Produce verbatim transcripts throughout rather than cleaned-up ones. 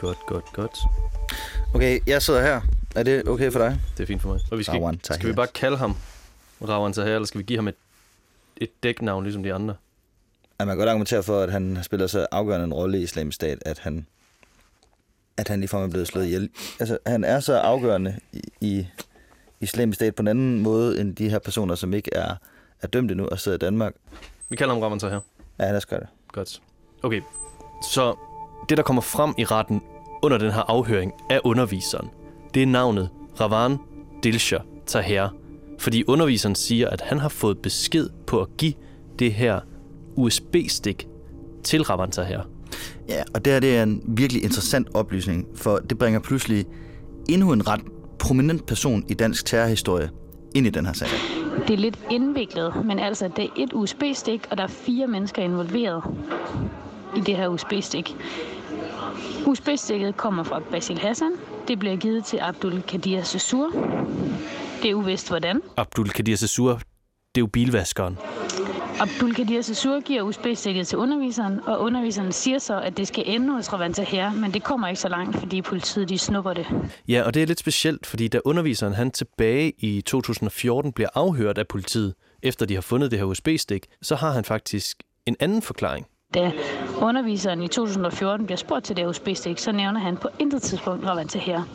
Godt, godt, godt. Okay, jeg sidder her. Er det okay for dig? Det er fint for mig. Og vi skal, skal vi bare kalde ham Rawan Taher, eller skal vi give ham et, et dæknavn, ligesom de andre? Ja, man kan godt argumentere for, at han spiller så afgørende en rolle i Islamisk Stat, at han, at han ligefrem er blevet slået ihjel. Altså, han er så afgørende i, i Islamisk Stat på en anden måde, end de her personer, som ikke er, er dømt endnu og sidder i Danmark. Vi kalder ham Rawan Taher. Ja, lad os gøre det. Godt. Okay, så det, der kommer frem i retten under den her afhøring af underviseren, det er navnet Rawan Dilshah Taher. Fordi underviseren siger, at han har fået besked på at give det her U S B-stik til Rawan Taher. Ja, og det her det er en virkelig interessant oplysning, for det bringer pludselig endnu en ret prominent person i dansk terrorhistorie ind i den her sag. Det er lidt indviklet, men altså, det er et U S B-stik, og der er fire mennesker involveret i det her U S B-stik. U S B-stikket kommer fra Basil Hassan. Det bliver givet til Abdul Qadir Sessur. Det er uvist hvordan. Abdul Qadir Sessur, det er jo bilvaskeren. Abdul Qadir Sessur giver U S B-stikket til underviseren, og underviseren siger så, at det skal ende hos Rawan Taher, men det kommer ikke så langt, fordi politiet de snupper det. Ja, og det er lidt specielt, fordi da underviseren han tilbage i to tusind og fjorten bliver afhørt af politiet, efter de har fundet det her U S B-stik, så har han faktisk en anden forklaring. Da underviseren i to tusind og fjorten bliver spurgt til det U S B-stik, så nævner han på intet tidspunkt Rawan Taher.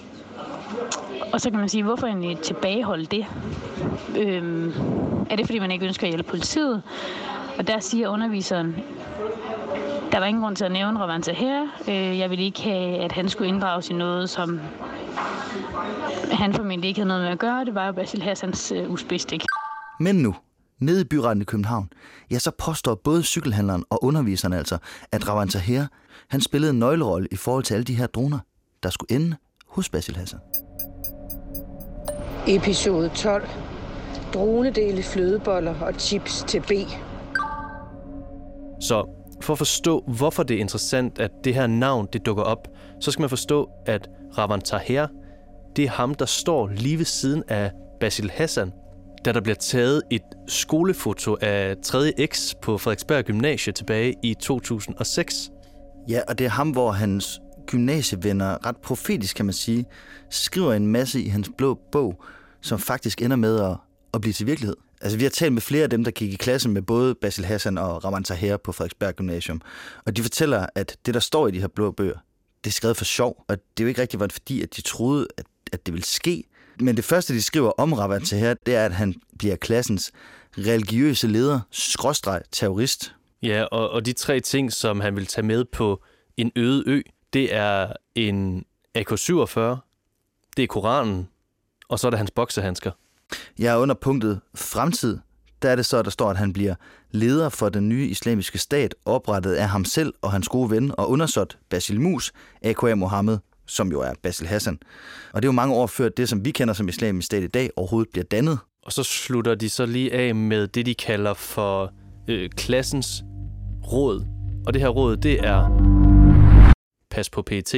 Og så kan man sige, hvorfor egentlig tilbageholde det? Øhm, er det, fordi man ikke ønsker at hjælpe politiet? Og der siger underviseren, der var ingen grund til at nævne Rawan Taher. Øh, jeg ville ikke have, at han skulle inddrages i noget, som han formentlig ikke havde noget med at gøre. Det var jo Basil Hassans øh, U S B-stik. Men nu, nede i byretten i København, ja, så påstår både cykelhandleren og underviseren altså, at Rawan Taher, han spillede en nøglerolle i forhold til alle de her droner, der skulle ende hos Basil Hassan. Episode tolv. Dronedele, flødeboller og chips til B. Så for at forstå, hvorfor det er interessant, at det her navn det dukker op, så skal man forstå, at Rawan Taher, det er ham, der står lige ved siden af Basil Hassan, da der bliver taget et skolefoto af tredje X på Frederiksberg Gymnasie tilbage i to tusind og seks. Ja, og det er ham, hvor hans gymnasievenner, ret profetisk kan man sige, skriver en masse i hans blå bog, som faktisk ender med at, at blive til virkelighed. Altså, vi har talt med flere af dem, der gik i klasse med både Basil Hassan og Rawan Taher på Frederiksberg Gymnasium, og de fortæller, at det, der står i de her blå bøger, det er skrevet for sjov, og det er jo ikke rigtig været fordi, at de troede, at, at det ville ske. Men det første, de skriver om Rawan Taher, det er, at han bliver klassens religiøse leder, skråstreg terrorist. Ja, og, og de tre ting, som han vil tage med på en øde ø, det er en A K syvogfyrre, det er Koranen, og så er det hans boksehandsker. Ja, under punktet fremtid, der er det så, der står, at han bliver leder for den nye islamiske stat, oprettet af ham selv og hans gode ven og undersåt Basil Mus, A K A Mohammed, som jo er Basil Hassan. Og det er jo mange år før det, som vi kender som islamisk stat i dag, overhovedet bliver dannet. Og så slutter de så lige af med det, de kalder for øh, klassens råd. Og det her råd, det er pas på P E T.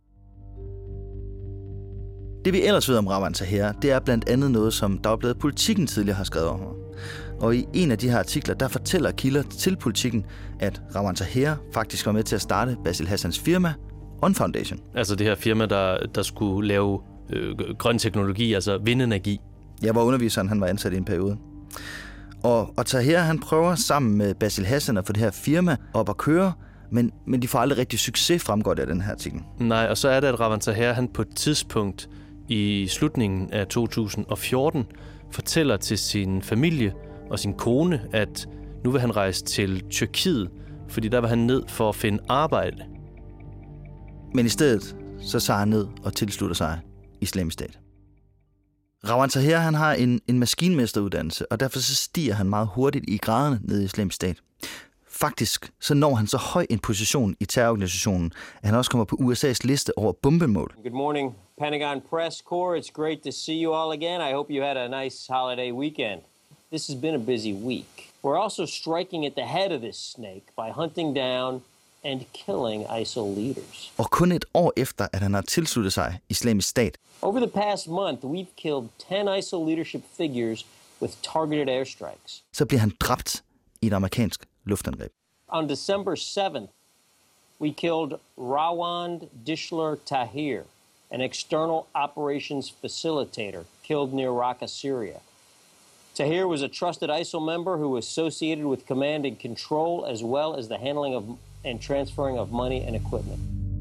Det vi ellers ved om Rawan Taher, det er blandt andet noget, som Dagbladet Politikken tidligere har skrevet om. Og i en af de her artikler, der fortæller kilder til Politikken, at Rawan Taher faktisk var med til at starte Basil Hassans firma, On Foundation. Altså det her firma, der, der skulle lave øh, grøn teknologi, altså vindenergi. Ja, hvor underviseren han var ansat i en periode. Og, og Taher, han prøver sammen med Basil Hassan at få det her firma op at køre, men, men de får aldrig rigtig succes, fremgår det af den her artikel. Nej, og så er det, at Rawan Taher, han på et tidspunkt i slutningen af to tusind og fjorten fortæller til sin familie og sin kone, at nu vil han rejse til Tyrkiet, fordi der var han ned for at finde arbejde. Men i stedet, så tager han ned og tilslutter sig Islamisk Stat. Rawan Taher, han har en, en maskinmesteruddannelse, og derfor så stiger han meget hurtigt i graderne ned i Islamisk Stat. Faktisk så når han så høj en position i terrororganisationen, at han også kommer på U S A's liste over bombemål. Good morning, Pentagon Press Corps. It's great to see you all again. I hope you had a nice holiday weekend. This has been a busy week. We're also striking at the head of this snake by hunting down and killing I S I L leaders. Og kun et år efter, at han har tilsluttet sig Islamisk Stat. Over the past month, we've killed ten I S I L leadership figures with targeted airstrikes. Så bliver han dræbt i et amerikansk luftangreb. On December seventh, we killed Rawand Dishler Tahir, an external operations facilitator, killed near Raqqa, Syria. Tahir was a trusted I S I L member who was associated with command and control, as well as the handling of and transferring of money and equipment.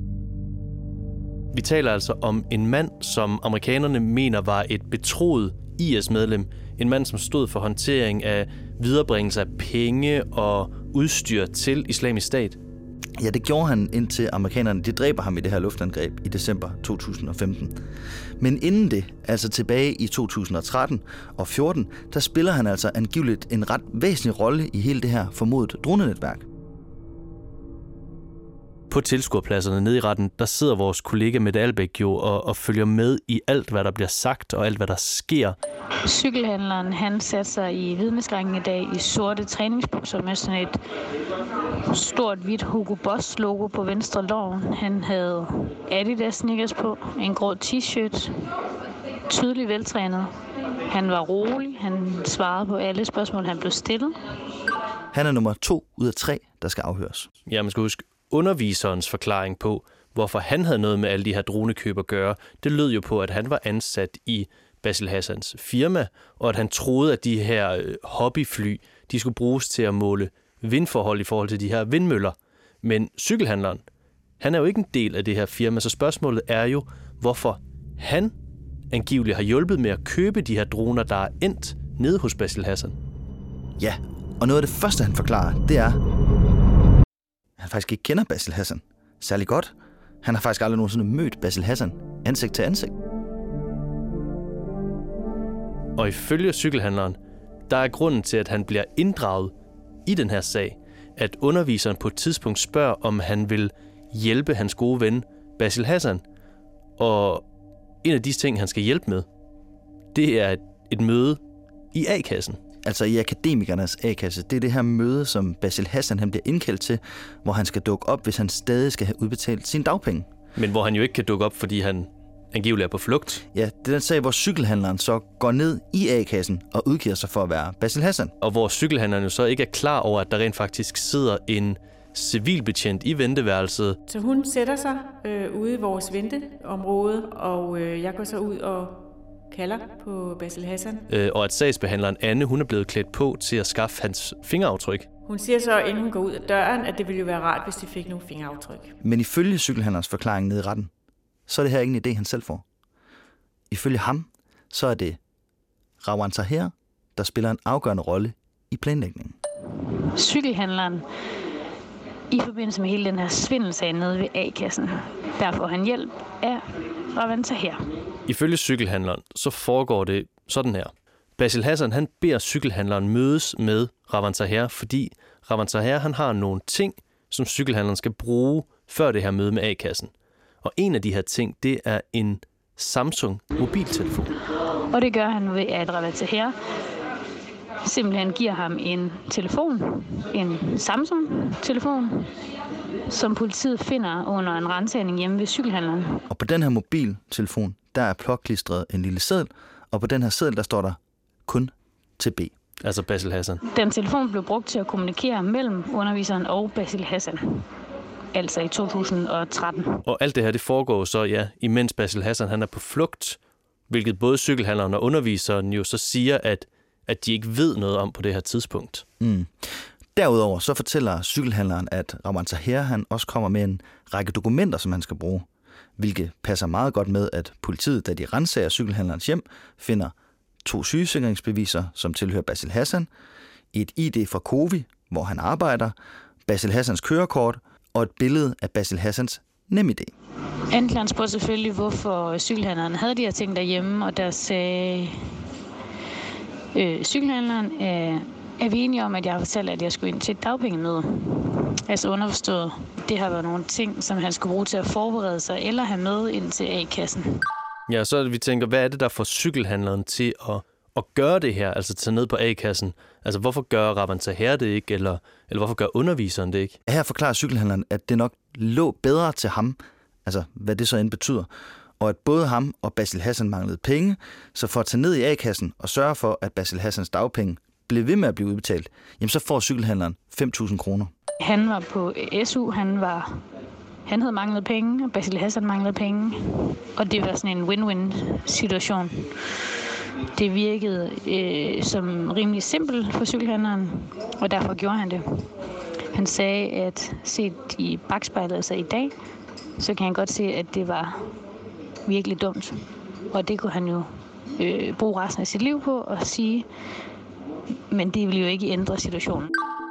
Vi taler altså om en mand, som amerikanerne mener var et betroet I S-medlem. En mand, som stod for håndtering af viderebringelse af penge og udstyr til Islamisk Stat. Ja, det gjorde han, indtil amerikanerne de dræber ham i det her luftangreb i december to tusind og femten. Men inden det, altså tilbage i to tusind og tretten og fjorten, der spiller han altså angiveligt en ret væsentlig rolle i hele det her formodet dronenetværk. På tilskuerpladserne nede i retten, der sidder vores kollega Mette Albæk jo og, og følger med i alt, hvad der bliver sagt og alt, hvad der sker. Cykelhandleren, han satte sig i vidneskranken i dag i sorte træningsbukser med sådan et stort, hvidt Hugo Boss logo på venstre lår. Han havde Adidas sneakers på, en grå t-shirt, tydeligt veltrænet. Han var rolig, han svarede på alle spørgsmål, han blev stillet. Han er nummer to ud af tre, der skal afhøres. Ja, man skal huske, underviserens forklaring på, hvorfor han havde noget med alle de her dronekøb at gøre, det lød jo på, at han var ansat i Basil Hassans firma, og at han troede, at de her hobbyfly, de skulle bruges til at måle vindforhold i forhold til de her vindmøller. Men cykelhandleren, han er jo ikke en del af det her firma, så spørgsmålet er jo, hvorfor han angiveligt har hjulpet med at købe de her droner, der er endt nede hos Basil Hassan. Ja, og noget af det første, han forklarer, det er, at han faktisk ikke kender Basil Hassan særlig godt. Han har faktisk aldrig nogensinde mødt Basil Hassan ansigt til ansigt. Og ifølge cykelhandleren, der er grunden til, at han bliver inddraget i den her sag, at underviseren på et tidspunkt spørger, om han vil hjælpe hans gode ven Basil Hassan. Og en af de ting, han skal hjælpe med, det er et, et møde i A-kassen. Altså i akademikernes A-kasse. Det er det her møde, som Basil Hassan han bliver indkaldt til, hvor han skal dukke op, hvis han stadig skal have udbetalt sine dagpenge. Men hvor han jo ikke kan dukke op, fordi han angiveligt er på flugt. Ja, det er den sag, hvor cykelhandleren så går ned i A-kassen og udgiver sig for at være Basil Hassan. Og hvor cykelhandleren jo så ikke er klar over, at der rent faktisk sidder en civilbetjent i venteværelset. Så hun sætter sig øh, ude i vores venteområde, og øh, jeg går så ud og kalder på Basil Hassan. Øh, og at sagsbehandleren Anne, hun er blevet klædt på til at skaffe hans fingeraftryk. Hun siger så, inden hun går ud af døren, at det ville jo være rart, hvis de fik nogle fingeraftryk. Men ifølge cykelhandlerens forklaring nede i retten, så er det her ikke en idé, han selv får. Ifølge ham, så er det Rawand Tahir, der spiller en afgørende rolle i planlægningen. Cykelhandleren, i forbindelse med hele den her svindelsag nede ved A-kassen, der får han hjælp af Rawand Tahir. Ifølge cykelhandleren, så foregår det sådan her. Basil Hassan, han beder cykelhandleren mødes med Rawand Tahir, fordi Rawand Tahir, han har nogle ting, som cykelhandleren skal bruge før det her møde med A-kassen. Og en af de her ting, det er en Samsung mobiltelefon. Og det gør han ved, at Rawand Tahir simpelthen giver ham en telefon, en Samsung-telefon, som politiet finder under en ransagning hjemme ved cykelhandleren. Og på den her mobiltelefon, der er påklistret en lille seddel, og på den her seddel, der står der kun til B. Altså Basil Hassan. Den telefon blev brugt til at kommunikere mellem underviseren og Basil Hassan. Altså i to tusind og tretten. Og alt det her, det foregår så, ja, imens Basil Hassan han er på flugt, hvilket både cykelhandleren og underviseren jo så siger, at, at de ikke ved noget om på det her tidspunkt. Mm. Derudover så fortæller cykelhandleren, at Rawand Tahir han også kommer med en række dokumenter, som han skal bruge, hvilket passer meget godt med, at politiet, da de ransager cykelhandlerens hjem, finder to sygesikringsbeviser, som tilhører Basil Hassan, et I D fra Covi, hvor han arbejder, Basil Hassans kørekort og et billede af Basil Hassans NemID. Anklageren spurgte selvfølgelig, hvorfor cykelhandleren havde de her ting derhjemme, og der sagde øh, cykelhandleren, øh, er vi enige om, at jeg har fortalt, at jeg skulle ind til et dagpengemøde. Altså underforstået, det har været nogle ting, som han skulle bruge til at forberede sig eller have med ind til A-kassen. Ja, så vi tænker, hvad er det, der får cykelhandleren til at, at gøre det her, altså tage ned på A-kassen? Altså, hvorfor gør Rawand Tahir det ikke, eller, eller hvorfor gør underviseren det ikke? Her forklarer cykelhandleren, at det nok lå bedre til ham, altså hvad det så end betyder, og at både ham og Basil Hassan manglede penge, så for at tage ned i A-kassen og sørge for, at Basil Hassans dagpenge blev ved med at blive udbetalt, jamen så får cykelhandleren fem tusind kroner. Han var på S U, han var Han havde manglet penge, og Basil Hassan manglede penge. Og det var sådan en win-win-situation. Det virkede øh, som rimelig simpelt for cykelhandleren, og derfor gjorde han det. Han sagde, at set i bagspejlet, altså i dag, så kan han godt se, at det var virkelig dumt. Og det kunne han jo øh, bruge resten af sit liv på og sige, men det ville jo ikke ændre situationen.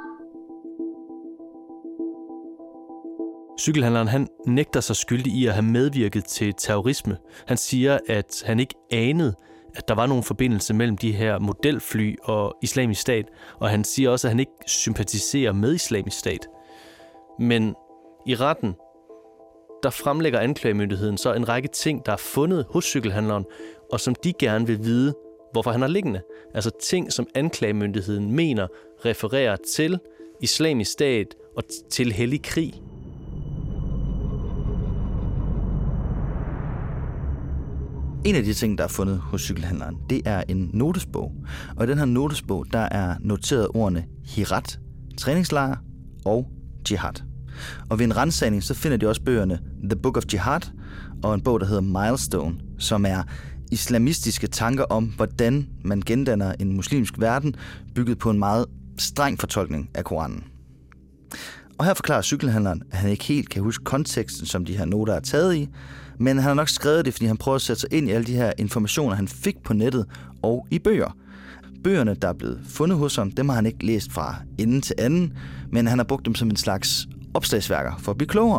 Cykelhandleren han nægter sig skyldig i at have medvirket til terrorisme. Han siger, at han ikke anede, at der var nogen forbindelse mellem de her modelfly og Islamisk Stat, og han siger også, at han ikke sympatiserer med Islamisk Stat. Men i retten, der fremlægger anklagemyndigheden så en række ting, der er fundet hos cykelhandleren, og som de gerne vil vide, hvorfor han er liggende. Altså ting, som anklagemyndigheden mener refererer til Islamisk Stat og til hellig krig. En af de ting, der er fundet hos cykelhandleren, det er en notesbog. Og i den her notesbog, der er noteret ordene Hirat, træningslejr og jihad. Og ved en ransagning, så finder de også bøgerne The Book of Jihad og en bog, der hedder Milestone, som er islamistiske tanker om, hvordan man gendanner en muslimsk verden, bygget på en meget streng fortolkning af Koranen. Og her forklarer cykelhandleren, at han ikke helt kan huske konteksten, som de her noter er taget i, men han har nok skrevet det, fordi han prøver at sætte sig ind i alle de her informationer, han fik på nettet og i bøger. Bøgerne, der er blevet fundet hos ham, dem har han ikke læst fra ende til anden, men han har brugt dem som en slags opslagsværker for at blive klogere.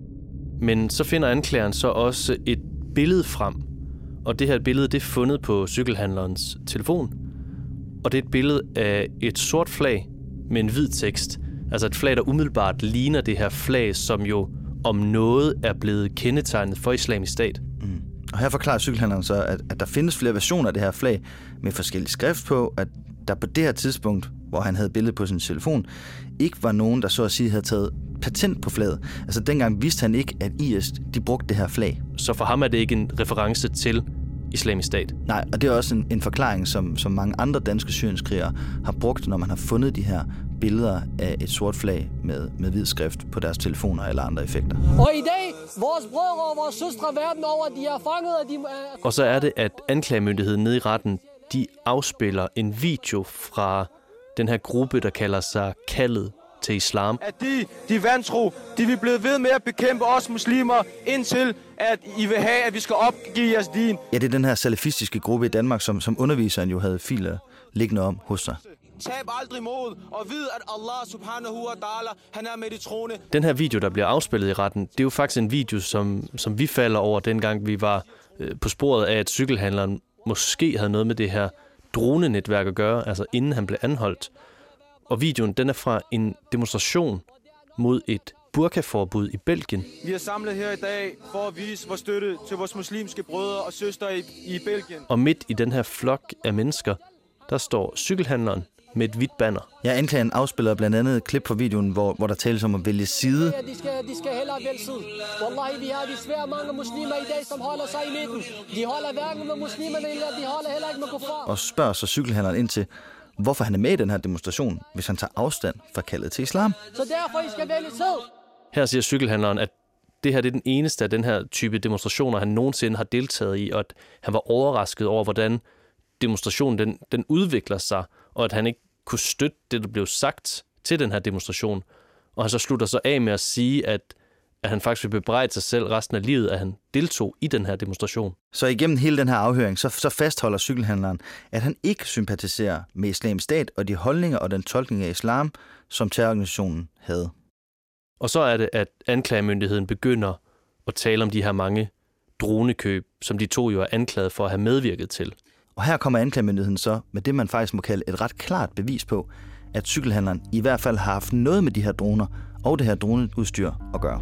Men så finder anklageren så også et billede frem, og det her billede det er fundet på cykelhandlerens telefon, og det er et billede af et sort flag med en hvid tekst, altså et flag, der umiddelbart ligner det her flag, som jo om noget er blevet kendetegnet for Islamisk Stat. Mm. Og her forklarer cykelhandleren så, at, at der findes flere versioner af det her flag med forskellige skrift på, at der på det her tidspunkt, hvor han havde billedet på sin telefon, ikke var nogen, der så at sige havde taget patent på flaget. Altså dengang vidste han ikke, at I S de brugte det her flag. Så for ham er det ikke en reference til Islamisk Stat? Nej, og det er også en, en forklaring, som, som mange andre danske syrienskrigere har brugt, når man har fundet de her billeder af et sort flag med, med hvid skrift på deres telefoner eller andre effekter. Og i dag, vores brødre og vores søstre verden over, de er fanget af de... Og så er det, at anklagemyndigheden nede i retten, de afspiller en video fra den her gruppe, der kalder sig Kaldet til Islam. At de, de vantro, de vil blive ved med at bekæmpe os muslimer, indtil at I vil have, at vi skal opgive jeres din. Ja, det er den her salafistiske gruppe i Danmark, som, som underviseren jo havde filer liggende om hos sig. Tab aldrig mod og vid, at Allah subhanahu wa ta'ala, han er med de troende. Den her video, der bliver afspillet i retten, det er jo faktisk en video, som, som vi falder over, dengang vi var øh, på sporet af, at cykelhandleren måske havde noget med det her dronenetværk at gøre, altså inden han blev anholdt. Og videoen, den er fra en demonstration mod et burkaforbud i Belgien. Vi er samlet her i dag for at vise vores støtte til vores muslimske brødre og søstre i, i Belgien. Og midt i den her flok af mennesker, der står cykelhandleren med et hvidt banner. Ja, anklageren afspiller blandt andet et klip fra videoen, hvor, hvor der tales om at vælge side. Ja, de skal, de skal hellere vælge side. Wallahi, vi har desværre mange muslimer i dag, som holder sig i midten. De holder hverken med muslimerne, eller de holder heller ikke med kuffar. Og spørger så cykelhandleren ind til, hvorfor han er med i den her demonstration, hvis han tager afstand fra Kaldet til Islam. Så derfor I skal vælge side. Her siger cykelhandleren, at det her det er den eneste af den her type demonstrationer, han nogensinde har deltaget i, og at han var overrasket over, hvordan demonstrationen den, den udvikler sig, og at han ikke kunne støtte det, der blev sagt til den her demonstration. Og han så slutter så af med at sige, at, at han faktisk vil bebrejde sig selv resten af livet, at han deltog i den her demonstration. Så igennem hele den her afhøring, så, så fastholder cykelhandleren, at han ikke sympatiserer med Islamisk Stat og de holdninger og den tolkning af islam, som terrororganisationen havde. Og så er det, at anklagemyndigheden begynder at tale om de her mange dronekøb, som de to jo er anklaget for at have medvirket til. Og her kommer anklagemyndigheden så med det, man faktisk må kalde et ret klart bevis på, at cykelhandleren i hvert fald har haft noget med de her droner og det her droneudstyr at gøre.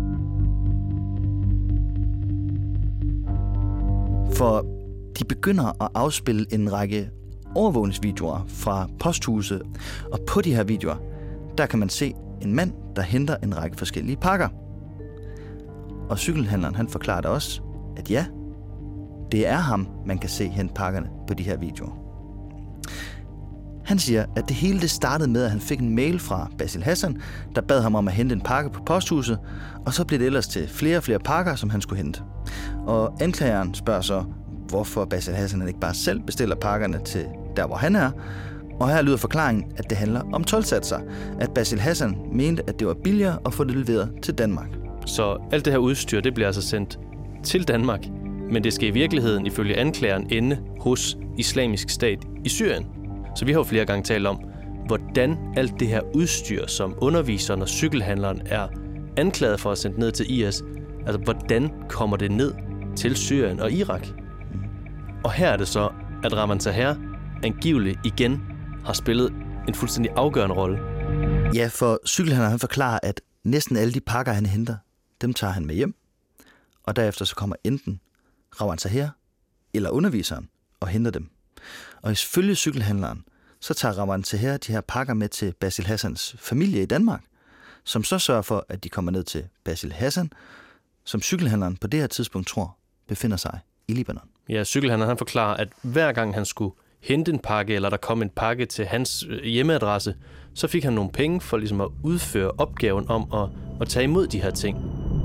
For de begynder at afspille en række overvågningsvideoer fra posthuse, og på de her videoer, der kan man se en mand, der henter en række forskellige pakker. Og cykelhandleren han forklarer også, at ja, det er ham, man kan se hente pakkerne på de her videoer. Han siger, at det hele det startede med, at han fik en mail fra Basil Hassan, der bad ham om at hente en pakke på posthuset, og så blev det ellers til flere og flere pakker, som han skulle hente. Og anklageren spørger så, hvorfor Basil Hassan ikke bare selv bestiller pakkerne til der, hvor han er. Og her lyder forklaringen, at det handler om toldsatser. At Basil Hassan mente, at det var billigere at få det leveret til Danmark. Så alt det her udstyr, det bliver altså sendt til Danmark, men det skal i virkeligheden ifølge anklageren ende hos Islamisk Stat i Syrien. Så vi har jo flere gange talt om, hvordan alt det her udstyr, som underviseren og cykelhandleren er anklaget for at sende ned til I S, altså hvordan kommer det ned til Syrien og Irak? Og her er det så, at Ravan Taher angiveligt igen har spillet en fuldstændig afgørende rolle. Ja, for cykelhandleren han forklarer, at næsten alle de pakker, han henter, dem tager han med hjem. Og derefter så kommer enten Ravan Taher eller underviseren og henter dem. Og ifølge cykelhandleren, så tager Ravan Taher de her pakker med til Basil Hassans familie i Danmark, som så sørger for, at de kommer ned til Basil Hassan, som cykelhandleren på det her tidspunkt tror befinder sig i Libanon. Ja, cykelhandleren han forklarer, at hver gang han skulle hente en pakke, eller der kom en pakke til hans hjemmeadresse, så fik han nogle penge for ligesom at udføre opgaven om at, at tage imod de her ting.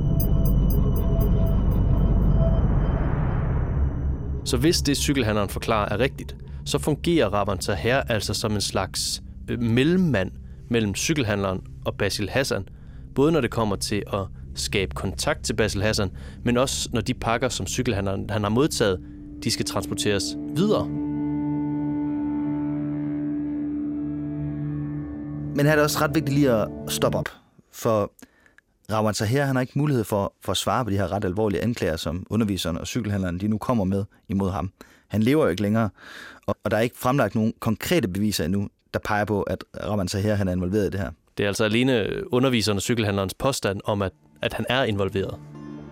Så hvis det cykelhandleren forklarer er rigtigt, så fungerer Ravan Taher altså som en slags mellemmand mellem cykelhandleren og Basil Hassan, både når det kommer til at skabe kontakt til Basil Hassan, men også når de pakker, som cykelhandleren han har modtaget, de skal transporteres videre. Men her er det også ret vigtigt lige at stoppe op, for Ravan Taher han har ikke mulighed for, for at svare på de her ret alvorlige anklager, som underviseren og cykelhandleren de nu kommer med imod ham. Han lever jo ikke længere, og, og der er ikke fremlagt nogen konkrete beviser endnu, der peger på, at Ravan Taher han er involveret i det her. Det er altså alene underviseren og cykelhandlerens påstand om, at, at han er involveret.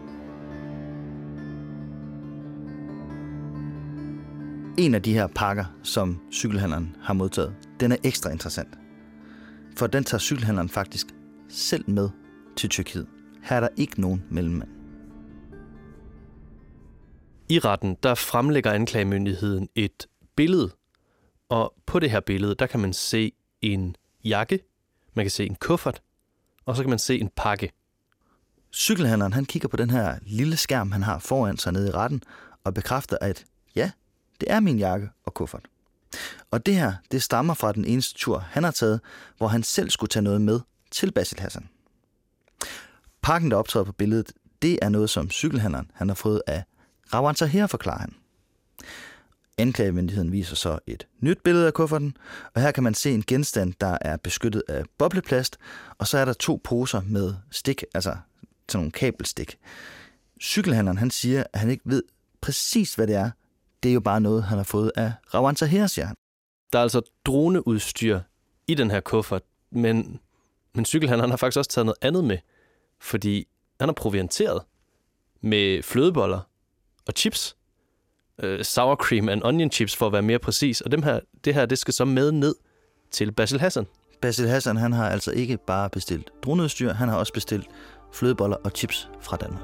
En af de her pakker, som cykelhandleren har modtaget, den er ekstra interessant. For den tager cykelhandleren faktisk selv med til Tyrkiet. Her er der ikke nogen mellemmand. I retten, der fremlægger anklagemyndigheden et billede, og på det her billede, der kan man se en jakke, man kan se en kuffert, og så kan man se en pakke. Cykelhandleren han kigger på den her lille skærm, han har foran sig nede i retten, og bekræfter, at ja, det er min jakke og kuffert. Og det her, det stammer fra den eneste tur, han har taget, hvor han selv skulle tage noget med til Basil Hassan. Pakken, der optræder på billedet, det er noget, som cykelhandleren han har fået af Ravan Taher, forklarer han. Anklagemyndigheden viser så et nyt billede af kufferten, og her kan man se en genstand, der er beskyttet af bobleplast, og så er der to poser med stik, altså sådan nogle kabelstik. Cykelhandleren han siger, at han ikke ved præcis, hvad det er. Det er jo bare noget, han har fået af Ravan Taher, siger han. Der er altså droneudstyr i den her kuffert, men, men cykelhandleren har faktisk også taget noget andet med, fordi han har provianteret med flødeboller og chips, øh, sour cream and onion chips for at være mere præcis, og dem her, det her det skal så med ned til Basil Hassan. Basil Hassan han har altså ikke bare bestilt droneudstyr, han har også bestilt flødeboller og chips fra Danmark.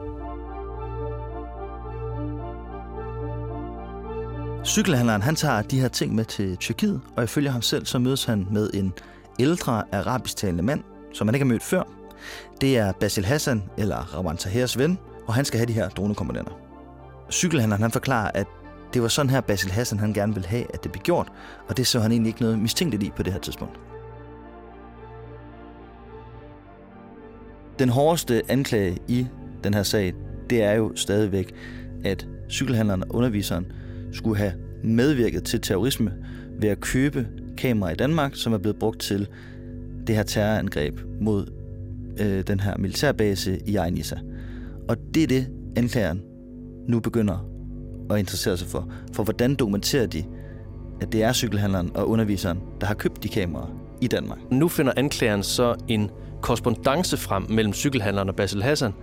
Cykelhandleren han tager de her ting med til Tyrkiet, og ifølge ham selv så mødes han med en ældre arabisktalende mand, som han ikke har mødt før. Det er Basil Hassan eller Ravan Tahers ven, og han skal have de her dronekomponenter. Cykelhandleren han forklarer, at det var sådan her Basil Hassan han gerne ville have, at det blev gjort, og det så han egentlig ikke noget mistænkeligt i på det her tidspunkt. Den hårdeste anklage i den her sag, det er jo stadigvæk, at cykelhandleren og underviseren skulle have medvirket til terrorisme ved at købe kameraer i Danmark, som er blevet brugt til det her terrorangreb mod øh, den her militærbase i Ain Issa. Og det er det, anklageren nu begynder at interessere sig for. For hvordan dokumenterer de, at det er cykelhandleren og underviseren, der har købt de kameraer i Danmark? Nu finder anklageren så en korrespondance frem mellem cykelhandleren og Basil Hassan.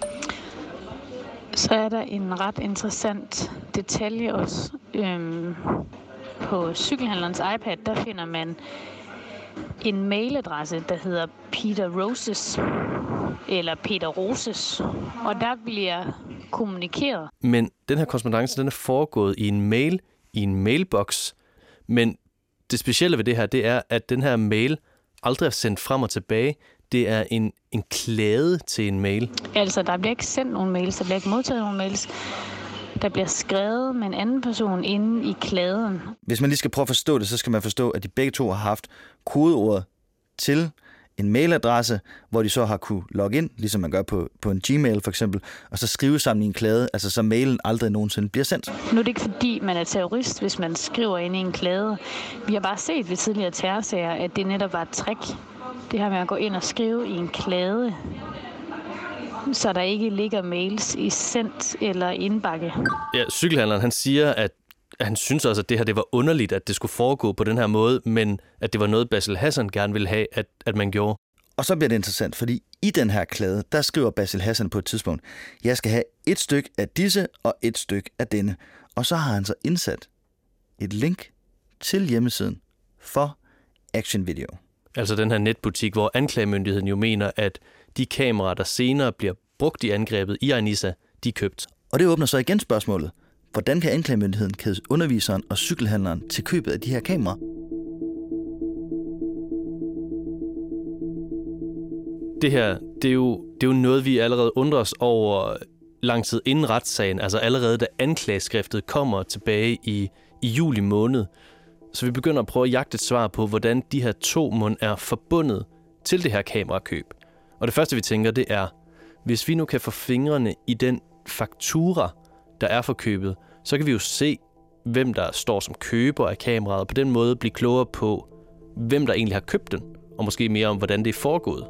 Så er der en ret interessant detalje også. Øhm, på cykelhandlerens iPad, der finder man en mailadresse, der hedder Peter Roses, eller Peter Roses, og der bliver kommunikeret. Men den her korrespondance, den er foregået i en mail, i en mailbox, men det specielle ved det her, det er, at den her mail aldrig er sendt frem og tilbage. Det er en, en klæde til en mail. Altså, der bliver ikke sendt nogen mails, der bliver ikke modtaget nogen mails. Der bliver skrevet med en anden person inde i klæden. Hvis man lige skal prøve at forstå det, så skal man forstå, at de begge to har haft kodeordet til en mailadresse, hvor de så har kunne logge ind, ligesom man gør på, på en Gmail for eksempel, og så skrive sammen i en klæde, altså så mailen aldrig nogensinde bliver sendt. Nu er det ikke fordi, man er terrorist, hvis man skriver ind i en klæde. Vi har bare set ved tidligere terrorsager, at det netop var et trick. Det her med at gå ind og skrive i en klæde, så der ikke ligger mails i sendt eller indbakke. Ja, cykelhandleren han siger, at han synes også, at det her det var underligt, at det skulle foregå på den her måde, men at det var noget, Basil Hassan gerne ville have, at, at man gjorde. Og så bliver det interessant, fordi i den her klæde, der skriver Basil Hassan på et tidspunkt, jeg skal have et stykke af disse og et stykke af denne. Og så har han så indsat et link til hjemmesiden for Action Video. Altså den her netbutik, hvor anklagemyndigheden jo mener, at de kameraer, der senere bliver brugt i angrebet i Ain Issa, de er købt. Og det åbner så igen spørgsmålet. Hvordan kan anklagemyndigheden kæde underviseren og cykelhandleren til købet af de her kameraer? Det her, det er jo, det er jo noget, vi allerede undrer os over lang tid inden retssagen. Altså allerede da anklageskriftet kommer tilbage i, i juli måned. Så vi begynder at prøve at jagte et svar på, hvordan de her to mund er forbundet til det her kamerakøb. Og det første, vi tænker, det er, hvis vi nu kan få fingrene i den faktura, der er for købet, så kan vi jo se, hvem der står som køber af kameraet, og på den måde blive klogere på, hvem der egentlig har købt den, og måske mere om, hvordan det er foregået.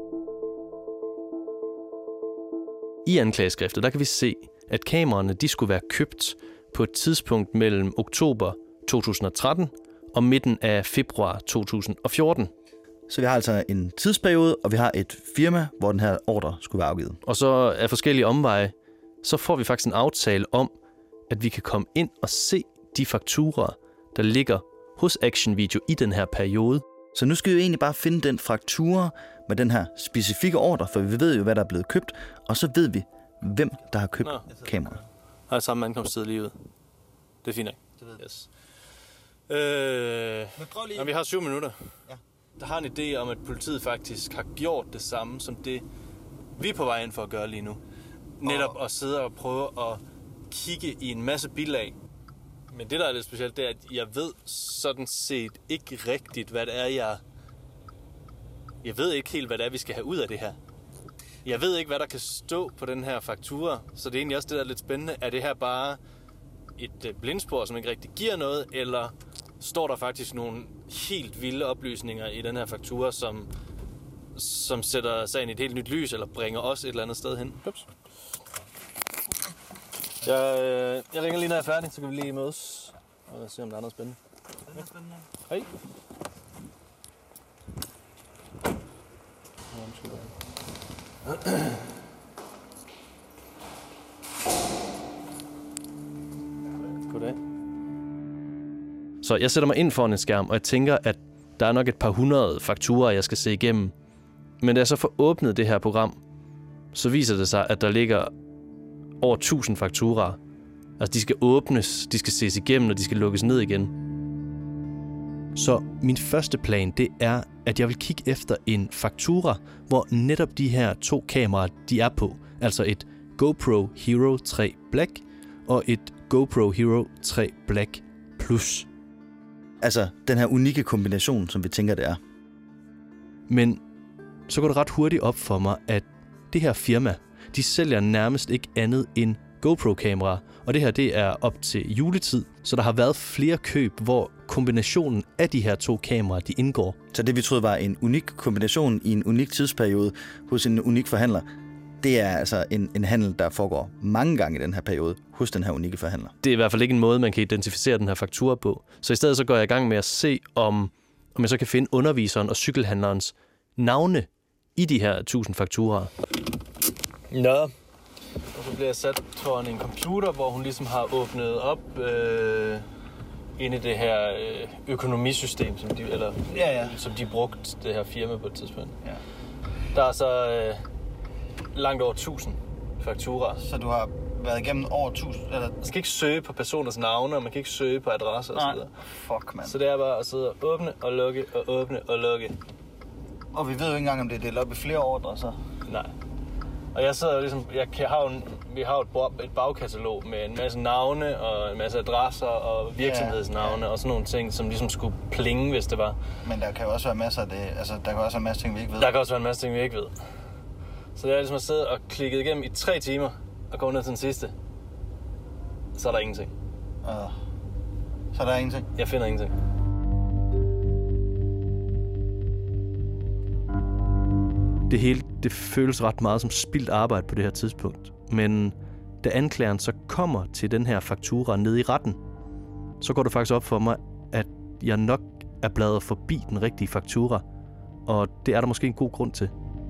I anklageskriftet, der kan vi se, at kameraerne de skulle være købt på et tidspunkt mellem oktober to tusind og tretten og midten af februar to tusind og fjorten. Så vi har altså en tidsperiode, og vi har et firma, hvor den her ordre skulle være afgivet. Og så af forskellige omveje, så får vi faktisk en aftale om, at vi kan komme ind og se de fakturer, der ligger hos Action Video i den her periode. Så nu skal vi jo egentlig bare finde den faktura med den her specifikke ordre, for vi ved jo, hvad der er blevet købt, og så ved vi, hvem der har købt kameraet. Har jeg samme ankomsttid lige ud. Det er fint, ikke? Det ved jeg. Yes. Øh, Men prøv lige... Når vi har syv minutter. Ja. Der har en idé om, at politiet faktisk har gjort det samme, som det vi er på vej ind for at gøre lige nu. Netop at sidde og prøve at kigge i en masse bilag. Men det, der er lidt specielt, det er, at jeg ved sådan set ikke rigtigt, hvad det er, jeg... Jeg ved ikke helt, hvad det er, vi skal have ud af det her. Jeg ved ikke, hvad der kan stå på den her faktura, så det er egentlig også det, der er lidt spændende. Er det her bare et blindspor, som ikke rigtig giver noget, eller står der faktisk nogle helt vilde oplysninger i den her faktura, som, som sætter sagen i et helt nyt lys, eller bringer os et eller andet sted hen? Ups. Jeg, øh, jeg ringer lige, når jeg er færdig, så kan vi lige mødes og se, om der er noget spændende. Det er spændende. Hej. Goddag. Så jeg sætter mig ind foran en skærm, og jeg tænker, at der er nok et par hundrede fakturer, jeg skal se igennem. Men da jeg så får åbnet det her program, så viser det sig, at der ligger over tusind fakturaer. Altså, de skal åbnes, de skal ses igennem, og de skal lukkes ned igen. Så min første plan, det er, at jeg vil kigge efter en faktura, hvor netop de her to kameraer, de er på. Altså et GoPro Hero tre Black og et GoPro Hero tre Black Plus. Altså den her unikke kombination, som vi tænker, det er. Men så går det ret hurtigt op for mig, at det her firma, de sælger nærmest ikke andet end GoPro-kameraer. Og det her, det er op til juletid, så der har været flere køb, hvor kombinationen af de her to kameraer, de indgår. Så det, vi troede var en unik kombination i en unik tidsperiode hos en unik forhandler, det er altså en, en handel, der foregår mange gange i den her periode hos den her unikke forhandler. Det er i hvert fald ikke en måde, man kan identificere den her faktura på. Så i stedet så går jeg i gang med at se, om, om jeg så kan finde underviseren og cykelhandlerens navne i de her tusind fakturaer. Nå. Og så bliver jeg sat foran en computer, hvor hun ligesom har åbnet op øh, inde i det her øh, økonomisystem, som de, eller, ja, ja. som de brugte det her firma på et tidspunkt. Ja. Der er så øh, langt over tusind fakturaer. Så du har været igennem over tusind... Eller... Man skal ikke søge på personers navne, og man kan ikke søge på adresser og så videre. Fuck, mand. Så det er bare at sidde og åbne og lukke og åbne og lukke. Og vi ved jo ikke engang, om det er delt op i flere ordre, så... Nej. Og jeg sidder jo ligesom... Jeg har jo en, vi har jo et bagkatalog med en masse navne og en masse adresser og virksomhedsnavne ja, ja. og sådan nogle ting, som ligesom skulle plinge, hvis det var. Men der kan jo også være masser af det... Altså, der kan også være masser af ting, vi ikke ved. Der kan også være en masse ting, vi ikke ved. Så det er ligesom at sidde og klikke igennem i tre timer og gå ned til den sidste. Så er der ingenting. Uh, så er der ingenting? Jeg finder ingenting. Det hele, det føles ret meget som spildt arbejde på det her tidspunkt. Men da anklageren så kommer til den her faktura nede i retten, så går det faktisk op for mig, at jeg nok er bladret forbi den rigtige faktura. Og det er der måske en god grund til.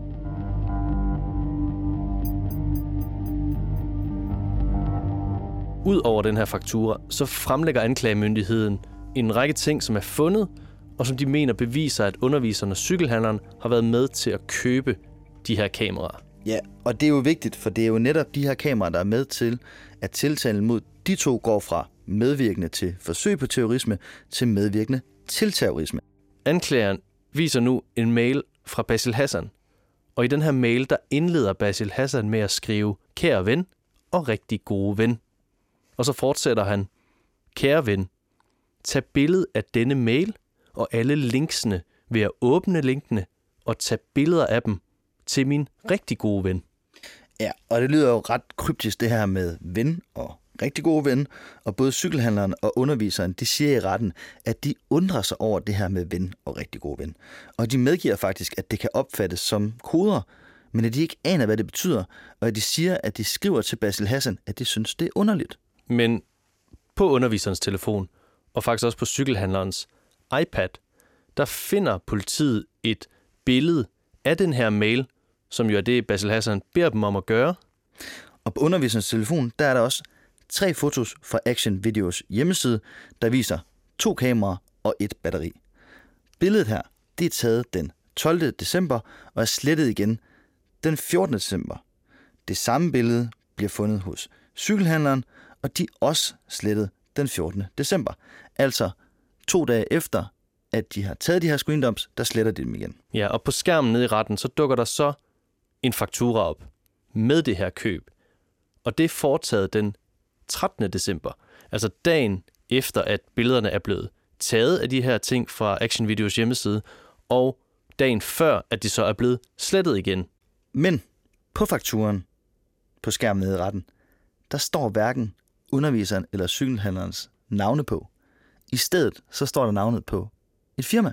Udover den her faktura, så fremlægger anklagemyndigheden en række ting, som er fundet, og som de mener beviser, at underviseren og cykelhandleren har været med til at købe de her kameraer. Ja, og det er jo vigtigt, for det er jo netop de her kameraer, der er med til, at tiltalen mod de to går fra medvirkende til forsøg på terrorisme til medvirkende til terrorisme. Anklageren viser nu en mail fra Basil Hassan, og i den her mail, der indleder Basil Hassan med at skrive kære ven og rigtig gode ven. Og så fortsætter han, kære ven, tag billede af denne mail og alle linksene ved at åbne linkene og tage billeder af dem til min rigtig gode ven. Ja, og det lyder jo ret kryptisk det her med ven og rigtig gode ven, og både cykelhandleren og underviseren, de siger i retten, at de undrer sig over det her med ven og rigtig gode ven. Og de medgiver faktisk, at det kan opfattes som koder, men at de ikke aner, hvad det betyder, og at de siger, at de skriver til Basil Hassan, at de synes, det er underligt. Men på underviserens telefon, og faktisk også på cykelhandlerens iPad, der finder politiet et billede af den her mail, som jo er det, Basil Hassan beder dem om at gøre. Og på underviserens telefon, der er der også tre fotos fra Action Videos hjemmeside, der viser to kameraer og et batteri. Billedet her, det er taget den tolvte december og er slettet igen den fjortende december. Det samme billede bliver fundet hos cykelhandleren, og de er også slettet den fjortende december. Altså to dage efter, at de har taget de her screendumps, der sletter de dem igen. Ja, og på skærmen nede i retten, så dukker der så en faktura op med det her køb. Og det er foretaget den trettende december. Altså dagen efter, at billederne er blevet taget af de her ting fra Action Videos hjemmeside, og dagen før, at de så er blevet slettet igen. Men på fakturen, på skærmen nede i retten, der står hverken underviseren eller cykelhandlerens navne på. I stedet så står der navnet på et firma.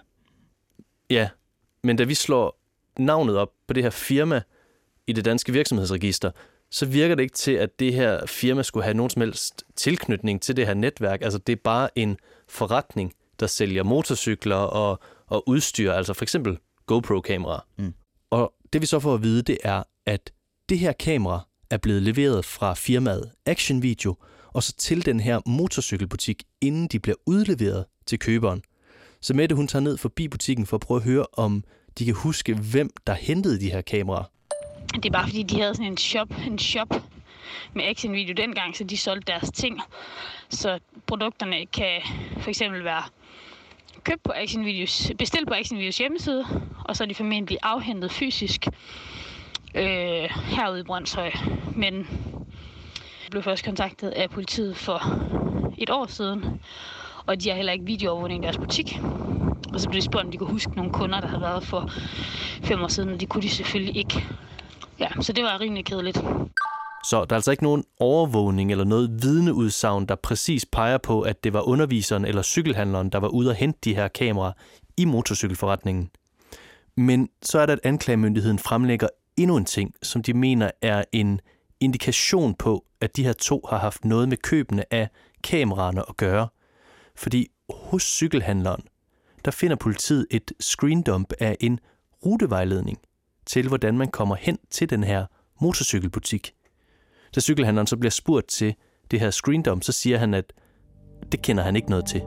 Ja, men da vi slår navnet op på det her firma i det danske virksomhedsregister, så virker det ikke til, at det her firma skulle have nogen som helst tilknytning til det her netværk. Altså det er bare en forretning, der sælger motorcykler og, og udstyr, altså for eksempel GoPro-kameraer. Mm. Og det vi så får at vide, det er, at det her kamera er blevet leveret fra firmaet Action Video, og så til den her motorcykelbutik, inden de bliver udleveret til køberen. Så Mette, hun tager ned forbi butikken for at prøve at høre, om de kan huske, hvem der hentede de her kameraer. Det er bare fordi, de havde sådan en shop, en shop med Action Video dengang, så de solgte deres ting. Så produkterne kan for eksempel være købt på Action Videos, bestilt på Action Videos hjemmeside, og så er de formentlig afhentet fysisk øh, herude i Brønshøj. Men jeg blev først kontaktet af politiet for et år siden, og de har heller ikke videoovervågning i deres butik. Og så blev de spurgt, om de kunne huske nogle kunder, der havde været for fem år siden, og det kunne de selvfølgelig ikke. Ja, så det var rimelig kedeligt. Så der er altså ikke nogen overvågning eller noget vidneudsagn, der præcis peger på, at det var underviseren eller cykelhandleren, der var ude at hente de her kameraer i motorcykelforretningen. Men så er der, at anklagemyndigheden fremlægger endnu en ting, som de mener er en indikation på, at de her to har haft noget med købene af kameraerne at gøre. Fordi hos cykelhandleren, der finder politiet et screendump af en rutevejledning til, hvordan man kommer hen til den her motorcykelbutik. Da cykelhandleren så bliver spurgt til det her screendump, så siger han, at det kender han ikke noget til.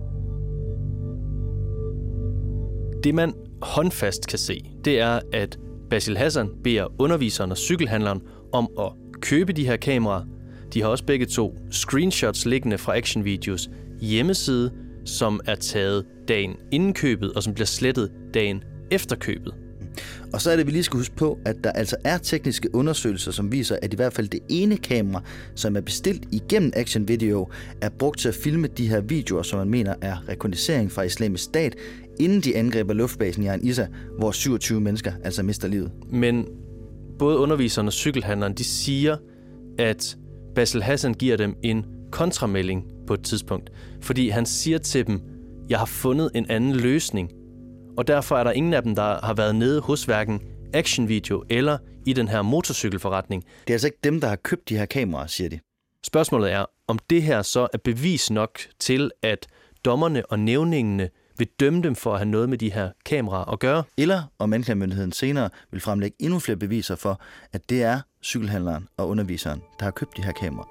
Det man håndfast kan se, det er, at Basil Hassan beder underviseren og cykelhandleren om at købe de her kameraer, De har også begge to screenshots liggende fra actionvideos hjemmeside, som er taget dagen inden købet, og som bliver slettet dagen efter købet. Og så er det, vi lige skal huske på, at der altså er tekniske undersøgelser, som viser, at i hvert fald det ene kamera, som er bestilt igennem Action Video, er brugt til at filme de her videoer, som man mener er rekognoscering fra Islamisk Stat, inden de angriber luftbasen i Ain Issa, hvor syvogtyve mennesker altså mister livet. Men både underviseren og cykelhandleren, de siger, at Basil Hassan giver dem en kontramelding på et tidspunkt, fordi han siger til dem, jeg har fundet en anden løsning, og derfor er der ingen af dem, der har været nede hos hverken Action Video eller i den her motorcykelforretning. Det er altså ikke dem, der har købt de her kameraer, siger de. Spørgsmålet er, om det her så er bevis nok til, at dommerne og nævningene vil dømme dem for at have noget med de her kameraer at gøre. Eller om anklagemyndigheden senere vil fremlægge endnu flere beviser for, at det er cykelhandleren og underviseren, der har købt de her kameraer.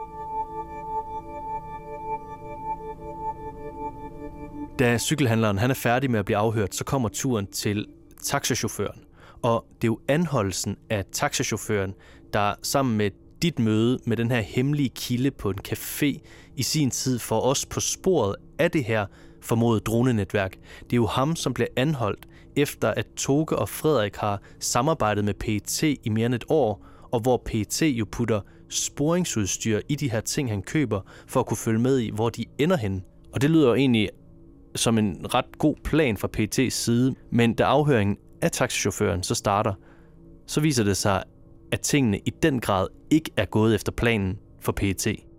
Da cykelhandleren han er færdig med at blive afhørt, så kommer turen til taxachaufføren. Og det er jo anholdelsen af taxachaufføren, der sammen med dit møde med den her hemmelige kilde på en café i sin tid får os på sporet af det her formodede dronenetværk. Det er jo ham, som bliver anholdt, efter at Toke og Frederik har samarbejdet med P E T i mere end et år, og hvor P E T jo putter sporingsudstyr i de her ting, han køber, for at kunne følge med i, hvor de ender henne. Og det lyder jo egentlig som en ret god plan fra P E T's side, men da afhøringen af taxichaufføren så starter, så viser det sig, at tingene i den grad ikke er gået efter planen for P E T.